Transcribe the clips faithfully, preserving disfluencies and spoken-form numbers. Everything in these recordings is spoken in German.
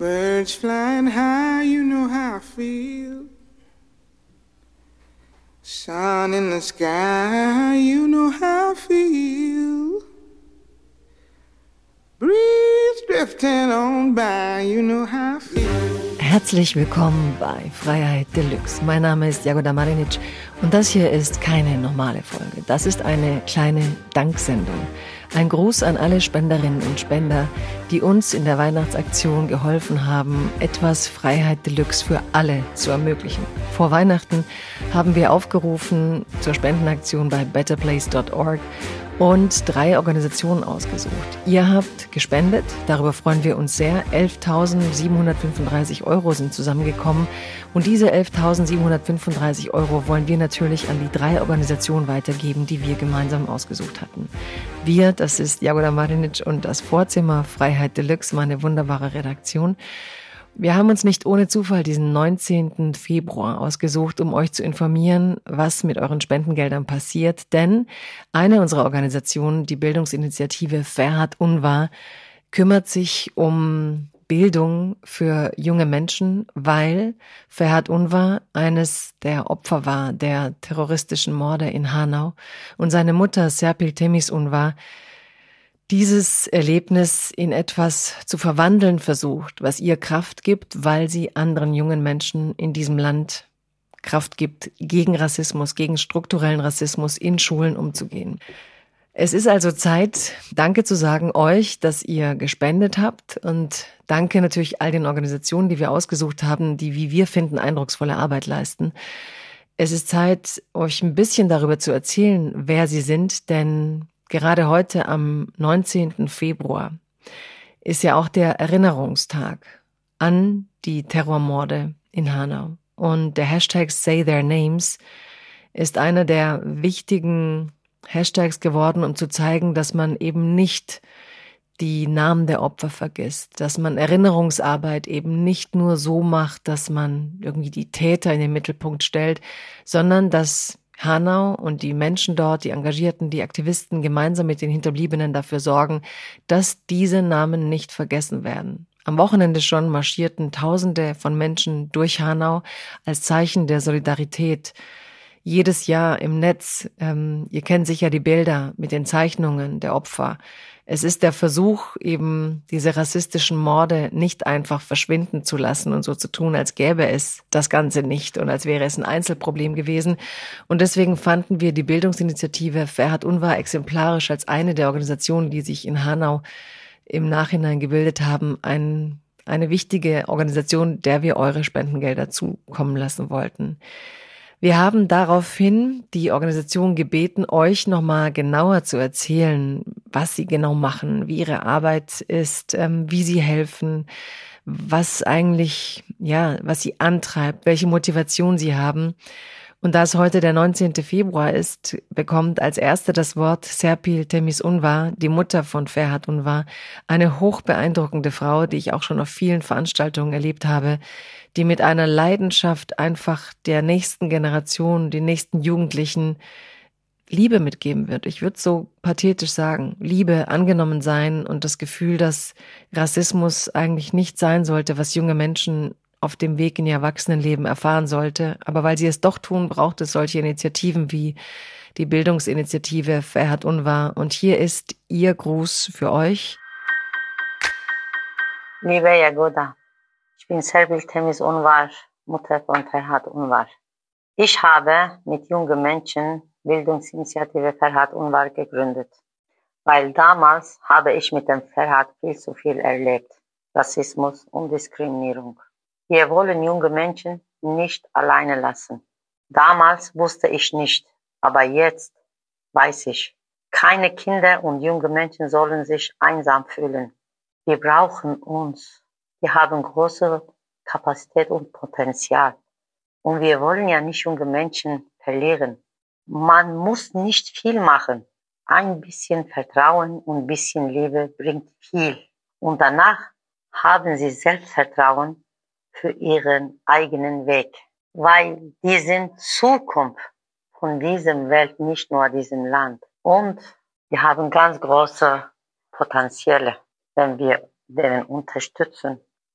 Birds flying high, you know how I feel. Sun in the sky, you know how I feel. Breeze drifting on by, you know how I feel. Herzlich willkommen bei Freiheit Deluxe. Mein Name ist Jagoda Marinic und das hier ist keine normale Folge. Das ist eine kleine Danksendung. Ein Gruß an alle Spenderinnen und Spender, die uns in der Weihnachtsaktion geholfen haben, etwas Freiheit Deluxe für alle zu ermöglichen. Vor Weihnachten haben wir aufgerufen zur Spendenaktion bei better place dot org und drei Organisationen ausgesucht. Ihr habt gespendet, darüber freuen wir uns sehr. elftausendsiebenhundertfünfunddreißig Euro sind zusammengekommen und diese elftausendsiebenhundertfünfunddreißig Euro wollen wir natürlich an die drei Organisationen weitergeben, die wir gemeinsam ausgesucht hatten. Wir, das ist Jagoda Marinic und das Vorzimmer Freiheit Deluxe, meine wunderbare Redaktion. Wir haben uns nicht ohne Zufall diesen neunzehnten Februar ausgesucht, um euch zu informieren, was mit euren Spendengeldern passiert. Denn eine unserer Organisationen, die Bildungsinitiative Ferhat Unvar, kümmert sich um Bildung für junge Menschen, weil Ferhat Unvar eines der Opfer war der terroristischen Morde in Hanau und seine Mutter Serpil Temiz Unvar dieses Erlebnis in etwas zu verwandeln versucht, was ihr Kraft gibt, weil sie anderen jungen Menschen in diesem Land Kraft gibt, gegen Rassismus, gegen strukturellen Rassismus in Schulen umzugehen. Es ist also Zeit, Danke zu sagen euch, dass ihr gespendet habt und danke natürlich all den Organisationen, die wir ausgesucht haben, die, wie wir finden, eindrucksvolle Arbeit leisten. Es ist Zeit, euch ein bisschen darüber zu erzählen, wer sie sind, denn gerade heute am neunzehnten Februar ist ja auch der Erinnerungstag an die Terrormorde in Hanau. Und der Hashtag Say Their Names ist einer der wichtigen Hashtags geworden, um zu zeigen, dass man eben nicht die Namen der Opfer vergisst, dass man Erinnerungsarbeit eben nicht nur so macht, dass man irgendwie die Täter in den Mittelpunkt stellt, sondern dass Hanau und die Menschen dort, die Engagierten, die Aktivisten gemeinsam mit den Hinterbliebenen dafür sorgen, dass diese Namen nicht vergessen werden. Am Wochenende schon marschierten Tausende von Menschen durch Hanau als Zeichen der Solidarität. Jedes Jahr im Netz, ähm, ihr kennt sicher die Bilder mit den Zeichnungen der Opfer. Es ist der Versuch, eben diese rassistischen Morde nicht einfach verschwinden zu lassen und so zu tun, als gäbe es das Ganze nicht und als wäre es ein Einzelproblem gewesen. Und deswegen fanden wir die Bildungsinitiative Ferhat Unvar exemplarisch als eine der Organisationen, die sich in Hanau im Nachhinein gebildet haben, ein, eine wichtige Organisation, der wir eure Spendengelder zukommen lassen wollten. Wir haben daraufhin die Organisation gebeten, euch nochmal genauer zu erzählen, was sie genau machen, wie ihre Arbeit ist, ähm, wie sie helfen, was eigentlich, ja, was sie antreibt, welche Motivation sie haben. Und da es heute der neunzehnte Februar ist, bekommt als Erste das Wort Serpil Temiz Unvar, die Mutter von Ferhat Unvar, eine hochbeeindruckende Frau, die ich auch schon auf vielen Veranstaltungen erlebt habe, die mit einer Leidenschaft einfach der nächsten Generation, den nächsten Jugendlichen Liebe mitgeben wird. Ich würde so pathetisch sagen, Liebe, angenommen sein und das Gefühl, dass Rassismus eigentlich nicht sein sollte, was junge Menschen auf dem Weg in ihr Erwachsenenleben erfahren sollte. Aber weil sie es doch tun, braucht es solche Initiativen wie die Bildungsinitiative Ferhat Unvar. Und hier ist ihr Gruß für euch. Liebe Jagoda, ich bin Serpil Temiz Unvar, Mutter von Ferhat Unvar. Ich habe mit jungen Menschen Bildungsinitiative Ferhat Unvar gegründet, weil damals habe ich mit dem Ferhat viel zu viel erlebt. Rassismus und Diskriminierung. Wir wollen junge Menschen nicht alleine lassen. Damals wusste ich nicht, aber jetzt weiß ich. Keine Kinder und junge Menschen sollen sich einsam fühlen. Wir brauchen uns. Wir haben große Kapazität und Potenzial. Und wir wollen ja nicht junge Menschen verlieren. Man muss nicht viel machen. Ein bisschen Vertrauen und ein bisschen Liebe bringt viel. Und danach haben sie Selbstvertrauen für ihren eigenen Weg. Weil die sind Zukunft von diesem Welt, nicht nur diesem Land. Und wir haben ganz große Potenziale, wenn wir denen unterstützen.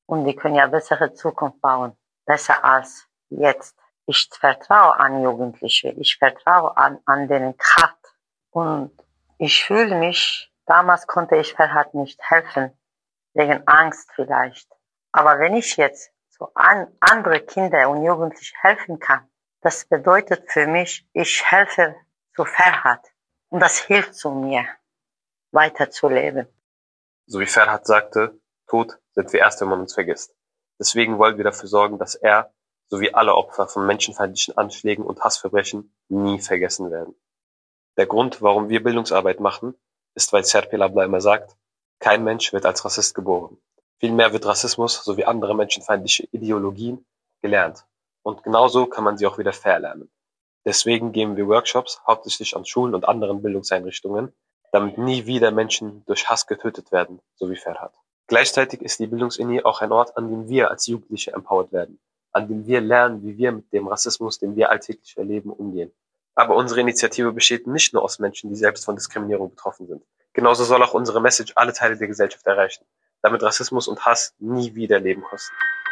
und die können ja bessere Zukunft bauen. Besser als jetzt. Ich vertraue an Jugendliche. Ich vertraue an, an deren Kraft. Und ich fühle mich, damals konnte ich Ferhat nicht helfen. Wegen Angst vielleicht. Aber wenn ich jetzt so an andere Kinder und Jugendliche helfen kann, das bedeutet für mich, ich helfe zu Ferhat. Und das hilft zu mir, weiterzuleben. So wie Ferhat sagte, tot sind wir erst, wenn man uns vergisst. Deswegen wollen wir dafür sorgen, dass er, sowie alle Opfer von menschenfeindlichen Anschlägen und Hassverbrechen, nie vergessen werden. Der Grund, warum wir Bildungsarbeit machen, ist, weil Serpil Abla immer sagt, kein Mensch wird als Rassist geboren. Vielmehr wird Rassismus sowie andere menschenfeindliche Ideologien gelernt. Und genauso kann man sie auch wieder verlernen. Deswegen geben wir Workshops hauptsächlich an Schulen und anderen Bildungseinrichtungen, damit nie wieder Menschen durch Hass getötet werden, so wie Ferhat. Gleichzeitig ist die Bildungsuni auch ein Ort, an dem wir als Jugendliche empowered werden, an dem wir lernen, wie wir mit dem Rassismus, den wir alltäglich erleben, umgehen. Aber unsere Initiative besteht nicht nur aus Menschen, die selbst von Diskriminierung betroffen sind. Genauso soll auch unsere Message alle Teile der Gesellschaft erreichen, damit Rassismus und Hass nie wieder Leben kosten.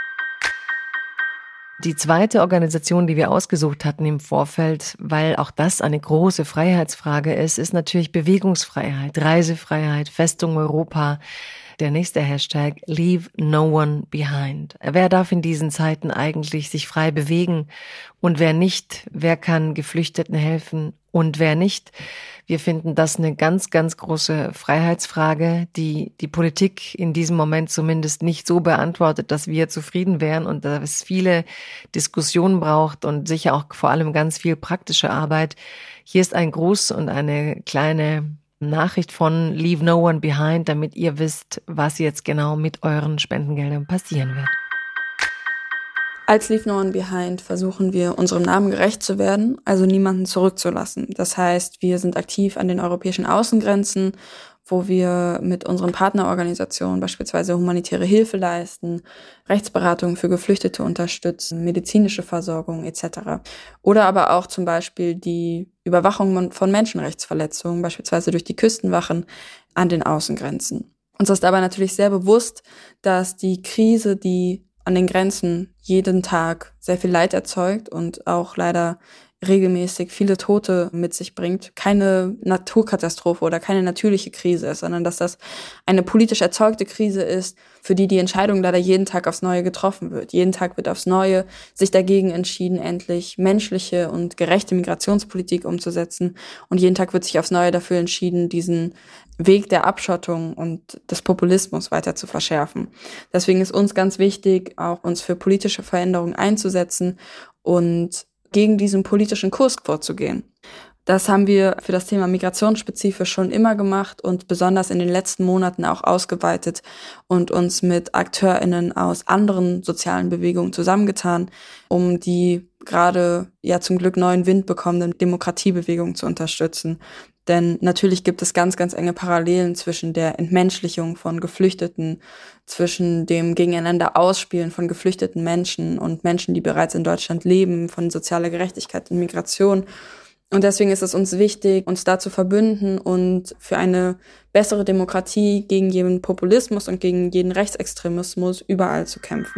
Die zweite Organisation, die wir ausgesucht hatten im Vorfeld, weil auch das eine große Freiheitsfrage ist, ist natürlich Bewegungsfreiheit, Reisefreiheit, Festung Europa. Der nächste Hashtag, Leave No One Behind. Wer darf in diesen Zeiten eigentlich sich frei bewegen? Und wer nicht? Wer kann Geflüchteten helfen? Und wer nicht? Wir finden das eine ganz, ganz große Freiheitsfrage, die die Politik in diesem Moment zumindest nicht so beantwortet, dass wir zufrieden wären und dass es viele Diskussionen braucht und sicher auch vor allem ganz viel praktische Arbeit. Hier ist ein Gruß und eine kleine Nachricht von Leave No One Behind, damit ihr wisst, was jetzt genau mit euren Spendengeldern passieren wird. Als Leave No One Behind versuchen wir, unserem Namen gerecht zu werden, also niemanden zurückzulassen. Das heißt, wir sind aktiv an den europäischen Außengrenzen, wo wir mit unseren Partnerorganisationen beispielsweise humanitäre Hilfe leisten, Rechtsberatung für Geflüchtete unterstützen, medizinische Versorgung et cetera. Oder aber auch zum Beispiel die Überwachung von Menschenrechtsverletzungen, beispielsweise durch die Küstenwachen an den Außengrenzen. Uns ist aber natürlich sehr bewusst, dass die Krise, die an den Grenzen jeden Tag sehr viel Leid erzeugt und auch leider regelmäßig viele Tote mit sich bringt, keine Naturkatastrophe oder keine natürliche Krise ist, sondern dass das eine politisch erzeugte Krise ist, für die die Entscheidung leider jeden Tag aufs Neue getroffen wird. Jeden Tag wird aufs Neue sich dagegen entschieden, endlich menschliche und gerechte Migrationspolitik umzusetzen. Und jeden Tag wird sich aufs Neue dafür entschieden, diesen Weg der Abschottung und des Populismus weiter zu verschärfen. Deswegen ist uns ganz wichtig, auch uns für politische Veränderungen einzusetzen und gegen diesen politischen Kurs vorzugehen. Das haben wir für das Thema migrationsspezifisch schon immer gemacht und besonders in den letzten Monaten auch ausgeweitet und uns mit AkteurInnen aus anderen sozialen Bewegungen zusammengetan, um die gerade ja zum Glück neuen Wind bekommenden Demokratiebewegungen zu unterstützen. Denn natürlich gibt es ganz, ganz enge Parallelen zwischen der Entmenschlichung von Geflüchteten, zwischen dem Gegeneinander Ausspielen von geflüchteten Menschen und Menschen, die bereits in Deutschland leben, von sozialer Gerechtigkeit und Migration. Und deswegen ist es uns wichtig, uns da zu verbünden und für eine bessere Demokratie gegen jeden Populismus und gegen jeden Rechtsextremismus überall zu kämpfen.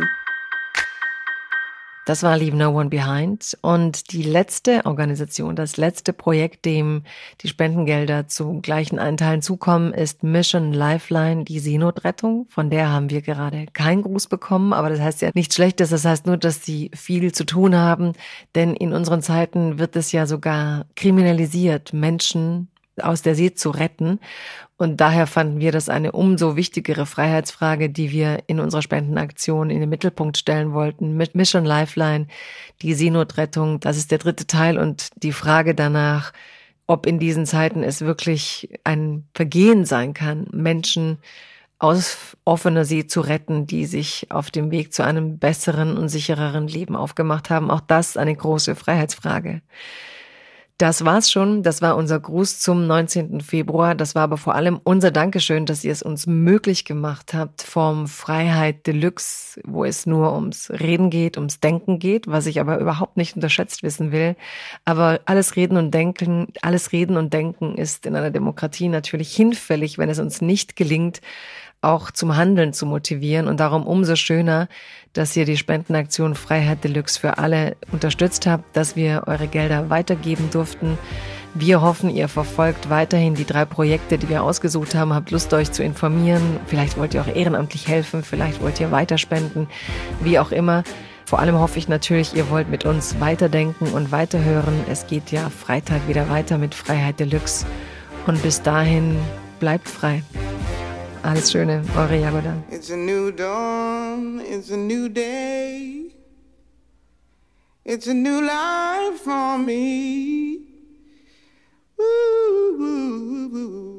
Das war Leave No One Behind. Und die letzte Organisation, das letzte Projekt, dem die Spendengelder zu gleichen Anteilen zukommen, ist Mission Lifeline, die Seenotrettung. Von der haben wir gerade keinen Gruß bekommen, aber das heißt ja nichts Schlechtes. Das heißt nur, dass sie viel zu tun haben. Denn in unseren Zeiten wird es ja sogar kriminalisiert, Menschen aus der See zu retten. Und daher fanden wir das eine umso wichtigere Freiheitsfrage, die wir in unserer Spendenaktion in den Mittelpunkt stellen wollten. Mit Mission Lifeline, die Seenotrettung, das ist der dritte Teil und die Frage danach, ob in diesen Zeiten es wirklich ein Vergehen sein kann, Menschen aus offener See zu retten, die sich auf dem Weg zu einem besseren und sichereren Leben aufgemacht haben. Auch das eine große Freiheitsfrage. Das war's schon. Das war unser Gruß zum neunzehnten Februar. Das war aber vor allem unser Dankeschön, dass ihr es uns möglich gemacht habt vom Freiheit Deluxe, wo es nur ums Reden geht, ums Denken geht, was ich aber überhaupt nicht unterschätzt wissen will. Aber alles Reden und Denken, alles Reden und Denken ist in einer Demokratie natürlich hinfällig, wenn es uns nicht gelingt, auch zum Handeln zu motivieren. Und darum umso schöner, dass ihr die Spendenaktion Freiheit Deluxe für alle unterstützt habt, dass wir eure Gelder weitergeben durften. Wir hoffen, ihr verfolgt weiterhin die drei Projekte, die wir ausgesucht haben, habt Lust, euch zu informieren. Vielleicht wollt ihr auch ehrenamtlich helfen, vielleicht wollt ihr weiterspenden, wie auch immer. Vor allem hoffe ich natürlich, ihr wollt mit uns weiterdenken und weiterhören. Es geht ja Freitag wieder weiter mit Freiheit Deluxe. Und bis dahin, bleibt frei. Alles Schöne, eure Jagoda. It's a new dawn, it's a new day. It's a new life for me. Ooh, ooh, ooh, ooh.